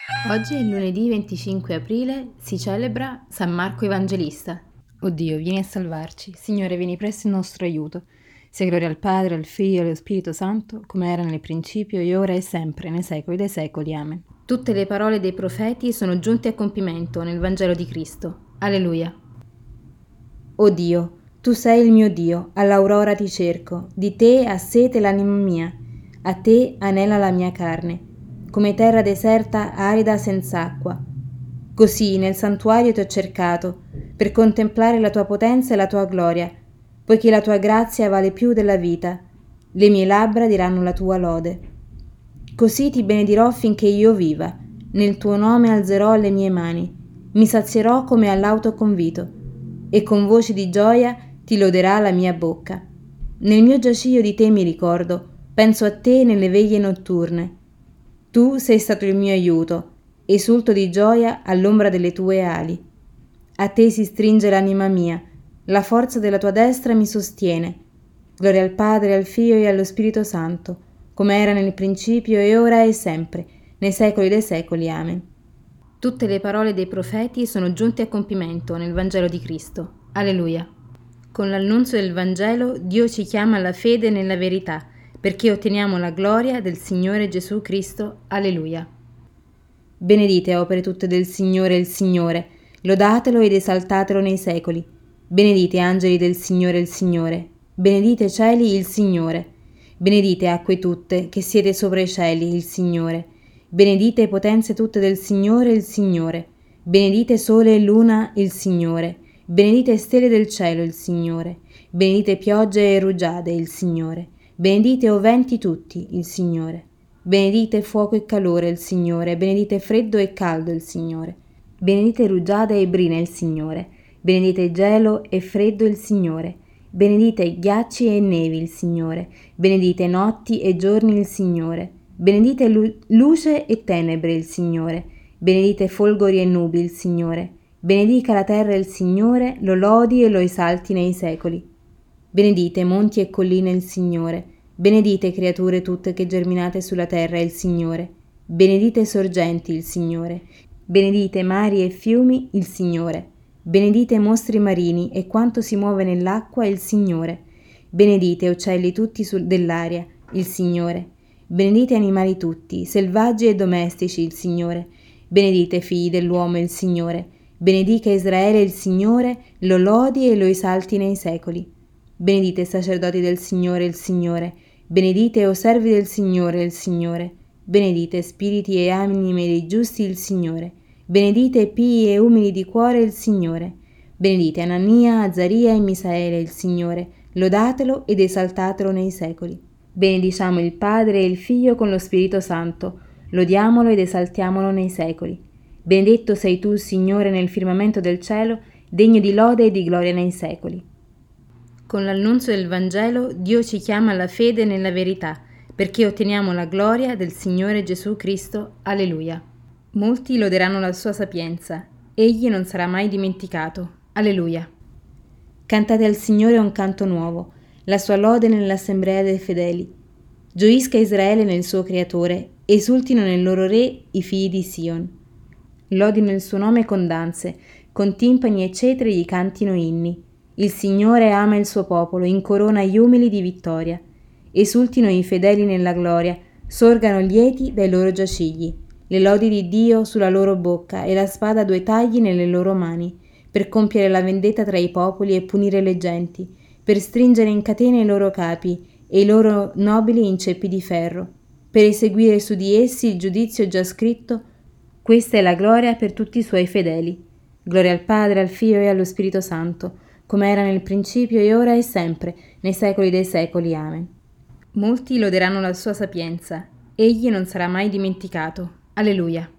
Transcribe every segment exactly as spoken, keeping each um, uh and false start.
Oggi è lunedì venticinque aprile, si celebra San Marco Evangelista. O Dio, vieni a salvarci. Signore, vieni presto in nostro aiuto. Sia gloria al Padre, al Figlio e allo Spirito Santo, come era nel principio, e ora e sempre, nei secoli dei secoli. Amen. Tutte le parole dei profeti sono giunte a compimento nel Vangelo di Cristo. Alleluia. O Dio, tu sei il mio Dio, all'aurora ti cerco, di te ha sete l'anima mia, a te anela la mia carne, come terra deserta arida senza acqua. Così nel santuario ti ho cercato, per contemplare la tua potenza e la tua gloria, poiché la tua grazia vale più della vita, le mie labbra diranno la tua lode. Così ti benedirò finché io viva, nel tuo nome alzerò le mie mani, mi sazierò come all'autoconvito, e con voci di gioia ti loderà la mia bocca. Nel mio giaciglio di te mi ricordo, penso a te nelle veglie notturne. Tu sei stato il mio aiuto, esulto di gioia all'ombra delle tue ali. A te si stringe l'anima mia, la forza della tua destra mi sostiene. Gloria al Padre, al Figlio e allo Spirito Santo, come era nel principio e ora e sempre, nei secoli dei secoli. Amen. Tutte le parole dei profeti sono giunte a compimento nel Vangelo di Cristo. Alleluia. Con l'annunzio del Vangelo Dio ci chiama alla fede nella verità, perché otteniamo la gloria del Signore Gesù Cristo. Alleluia. Benedite opere tutte del Signore il Signore, lodatelo ed esaltatelo nei secoli. Benedite angeli del Signore il Signore, benedite cieli il Signore, benedite acque tutte che siete sopra i cieli il Signore, benedite potenze tutte del Signore il Signore, benedite sole e luna il Signore, benedite stelle del cielo il Signore, benedite piogge e rugiade il Signore, benedite o venti tutti il Signore, benedite fuoco e calore il Signore, benedite freddo e caldo il Signore, benedite rugiade e brine il Signore, benedite gelo e freddo il Signore, benedite ghiacci e nevi il Signore, benedite notti e giorni il Signore, benedite lu- luce e tenebre il Signore, benedite folgori e nubi il Signore, benedica la terra il Signore, lo lodi e lo esalti nei secoli. Benedite monti e colline il Signore, benedite creature tutte che germinate sulla terra il Signore, benedite sorgenti il Signore, benedite mari e fiumi il Signore, benedite mostri marini e quanto si muove nell'acqua il Signore, benedite uccelli tutti su- dell'aria il Signore, benedite animali tutti, selvaggi e domestici il Signore, benedite figli dell'uomo il Signore, benedica Israele il Signore, lo lodi e lo esalti nei secoli. Benedite sacerdoti del Signore il Signore, benedite o servi del Signore il Signore, benedite spiriti e anime dei giusti il Signore, benedite pii e umili di cuore il Signore, benedite Anania, Azaria e Misaele il Signore, lodatelo ed esaltatelo nei secoli. Benediciamo il Padre e il Figlio con lo Spirito Santo, lodiamolo ed esaltiamolo nei secoli. Benedetto sei tu, Signore, nel firmamento del cielo, degno di lode e di gloria nei secoli. Con l'annunzio del Vangelo Dio ci chiama alla fede nella verità, perché otteniamo la gloria del Signore Gesù Cristo. Alleluia. Molti loderanno la sua sapienza, egli non sarà mai dimenticato. Alleluia. Cantate al Signore un canto nuovo, la sua lode nell'assemblea dei fedeli. Gioisca Israele nel suo Creatore, esultino nel loro Re i figli di Sion. Lodino il suo nome con danze, con timpani e cetri gli cantino inni. Il Signore ama il suo popolo, incorona gli umili di vittoria. Esultino i fedeli nella gloria, sorgano lieti dai loro giacigli. Le lodi di Dio sulla loro bocca e la spada a due tagli nelle loro mani, per compiere la vendetta tra i popoli e punire le genti, per stringere in catene i loro capi e i loro nobili in ceppi di ferro, per eseguire su di essi il giudizio già scritto. Questa è la gloria per tutti i suoi fedeli. Gloria al Padre, al Figlio e allo Spirito Santo, come era nel principio e ora e sempre, nei secoli dei secoli. Amen. Molti loderanno la sua sapienza, egli non sarà mai dimenticato. Alleluia.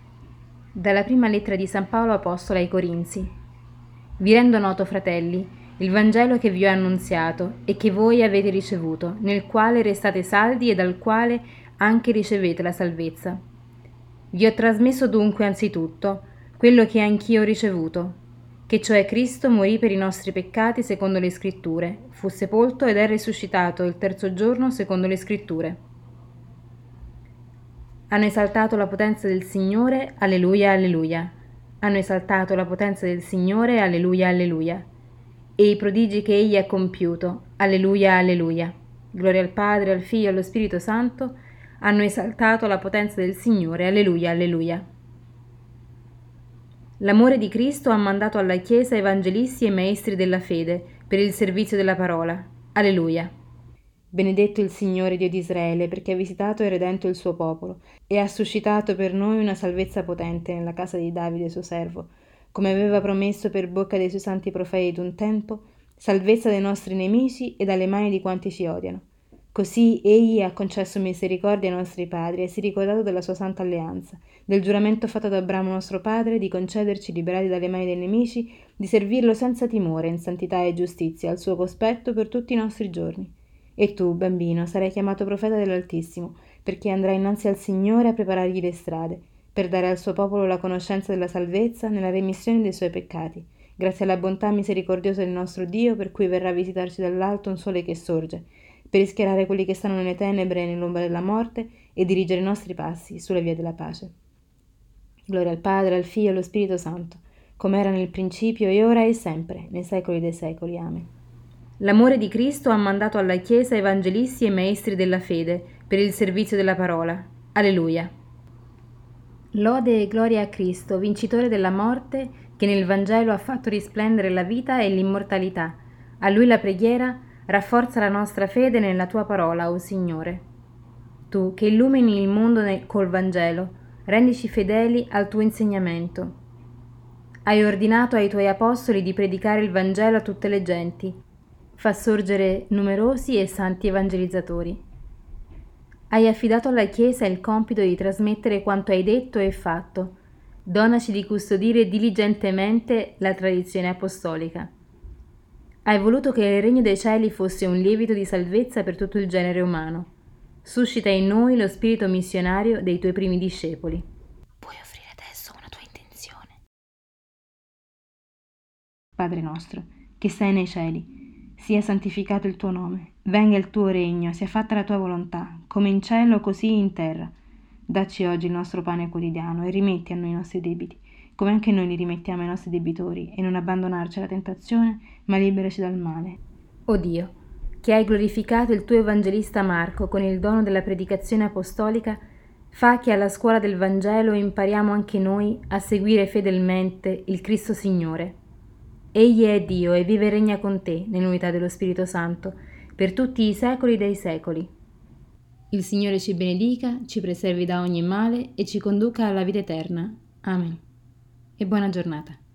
Dalla prima lettera di San Paolo Apostolo ai Corinzi. Vi rendo noto, fratelli, il Vangelo che vi ho annunziato e che voi avete ricevuto, nel quale restate saldi e dal quale anche ricevete la salvezza. Vi ho trasmesso dunque anzitutto quello che anch'io ho ricevuto, che cioè Cristo morì per i nostri peccati secondo le Scritture, fu sepolto ed è risuscitato il terzo giorno secondo le Scritture. Hanno esaltato la potenza del Signore, alleluia, alleluia. Hanno esaltato la potenza del Signore, alleluia, alleluia. E i prodigi che egli ha compiuto, alleluia, alleluia. Gloria al Padre, al Figlio e allo Spirito Santo, hanno esaltato la potenza del Signore, alleluia, alleluia. L'amore di Cristo ha mandato alla Chiesa evangelisti e maestri della fede per il servizio della parola, alleluia. Benedetto il Signore Dio di Israele, perché ha visitato e redento il suo popolo, e ha suscitato per noi una salvezza potente nella casa di Davide suo servo, come aveva promesso per bocca dei suoi santi profeti d'un tempo, salvezza dai nostri nemici e dalle mani di quanti ci odiano. Così egli ha concesso misericordia ai nostri padri e si è ricordato della sua santa alleanza, del giuramento fatto ad Abramo nostro padre di concederci, liberati dalle mani dei nemici, di servirlo senza timore, in santità e giustizia, al suo cospetto per tutti i nostri giorni. E tu, bambino, sarai chiamato profeta dell'Altissimo, perché andrai innanzi al Signore a preparargli le strade, per dare al suo popolo la conoscenza della salvezza nella remissione dei suoi peccati, grazie alla bontà misericordiosa del nostro Dio, per cui verrà a visitarci dall'alto un sole che sorge, per rischiarare quelli che stanno nelle tenebre e nell'ombra della morte e dirigere i nostri passi sulle vie della pace. Gloria al Padre, al Figlio e allo Spirito Santo, come era nel principio e ora e sempre, nei secoli dei secoli. Amen. L'amore di Cristo ha mandato alla Chiesa evangelisti e maestri della fede per il servizio della parola. Alleluia. Lode e gloria a Cristo, vincitore della morte, che nel Vangelo ha fatto risplendere la vita e l'immortalità. A Lui la preghiera, rafforza la nostra fede nella Tua parola, o Signore. Tu, che illumini il mondo col Vangelo, rendici fedeli al Tuo insegnamento. Hai ordinato ai Tuoi apostoli di predicare il Vangelo a tutte le genti. Fa sorgere numerosi e santi evangelizzatori. Hai affidato alla Chiesa il compito di trasmettere quanto hai detto e fatto. Donaci di custodire diligentemente la tradizione apostolica. Hai voluto che il regno dei cieli fosse un lievito di salvezza per tutto il genere umano. Suscita in noi lo spirito missionario dei Tuoi primi discepoli. Puoi offrire adesso una tua intenzione. Padre nostro, che sei nei cieli, sia santificato il Tuo nome, venga il Tuo regno, sia fatta la Tua volontà, come in cielo così in terra. Dacci oggi il nostro pane quotidiano e rimetti a noi i nostri debiti, come anche noi li rimettiamo ai nostri debitori, e non abbandonarci alla tentazione, ma liberaci dal male. O Dio, che hai glorificato il Tuo evangelista Marco con il dono della predicazione apostolica, fa che alla scuola del Vangelo impariamo anche noi a seguire fedelmente il Cristo Signore. Egli è Dio e vive e regna con Te nell'unità dello Spirito Santo, per tutti i secoli dei secoli. Il Signore ci benedica, ci preservi da ogni male e ci conduca alla vita eterna. Amen. E buona giornata.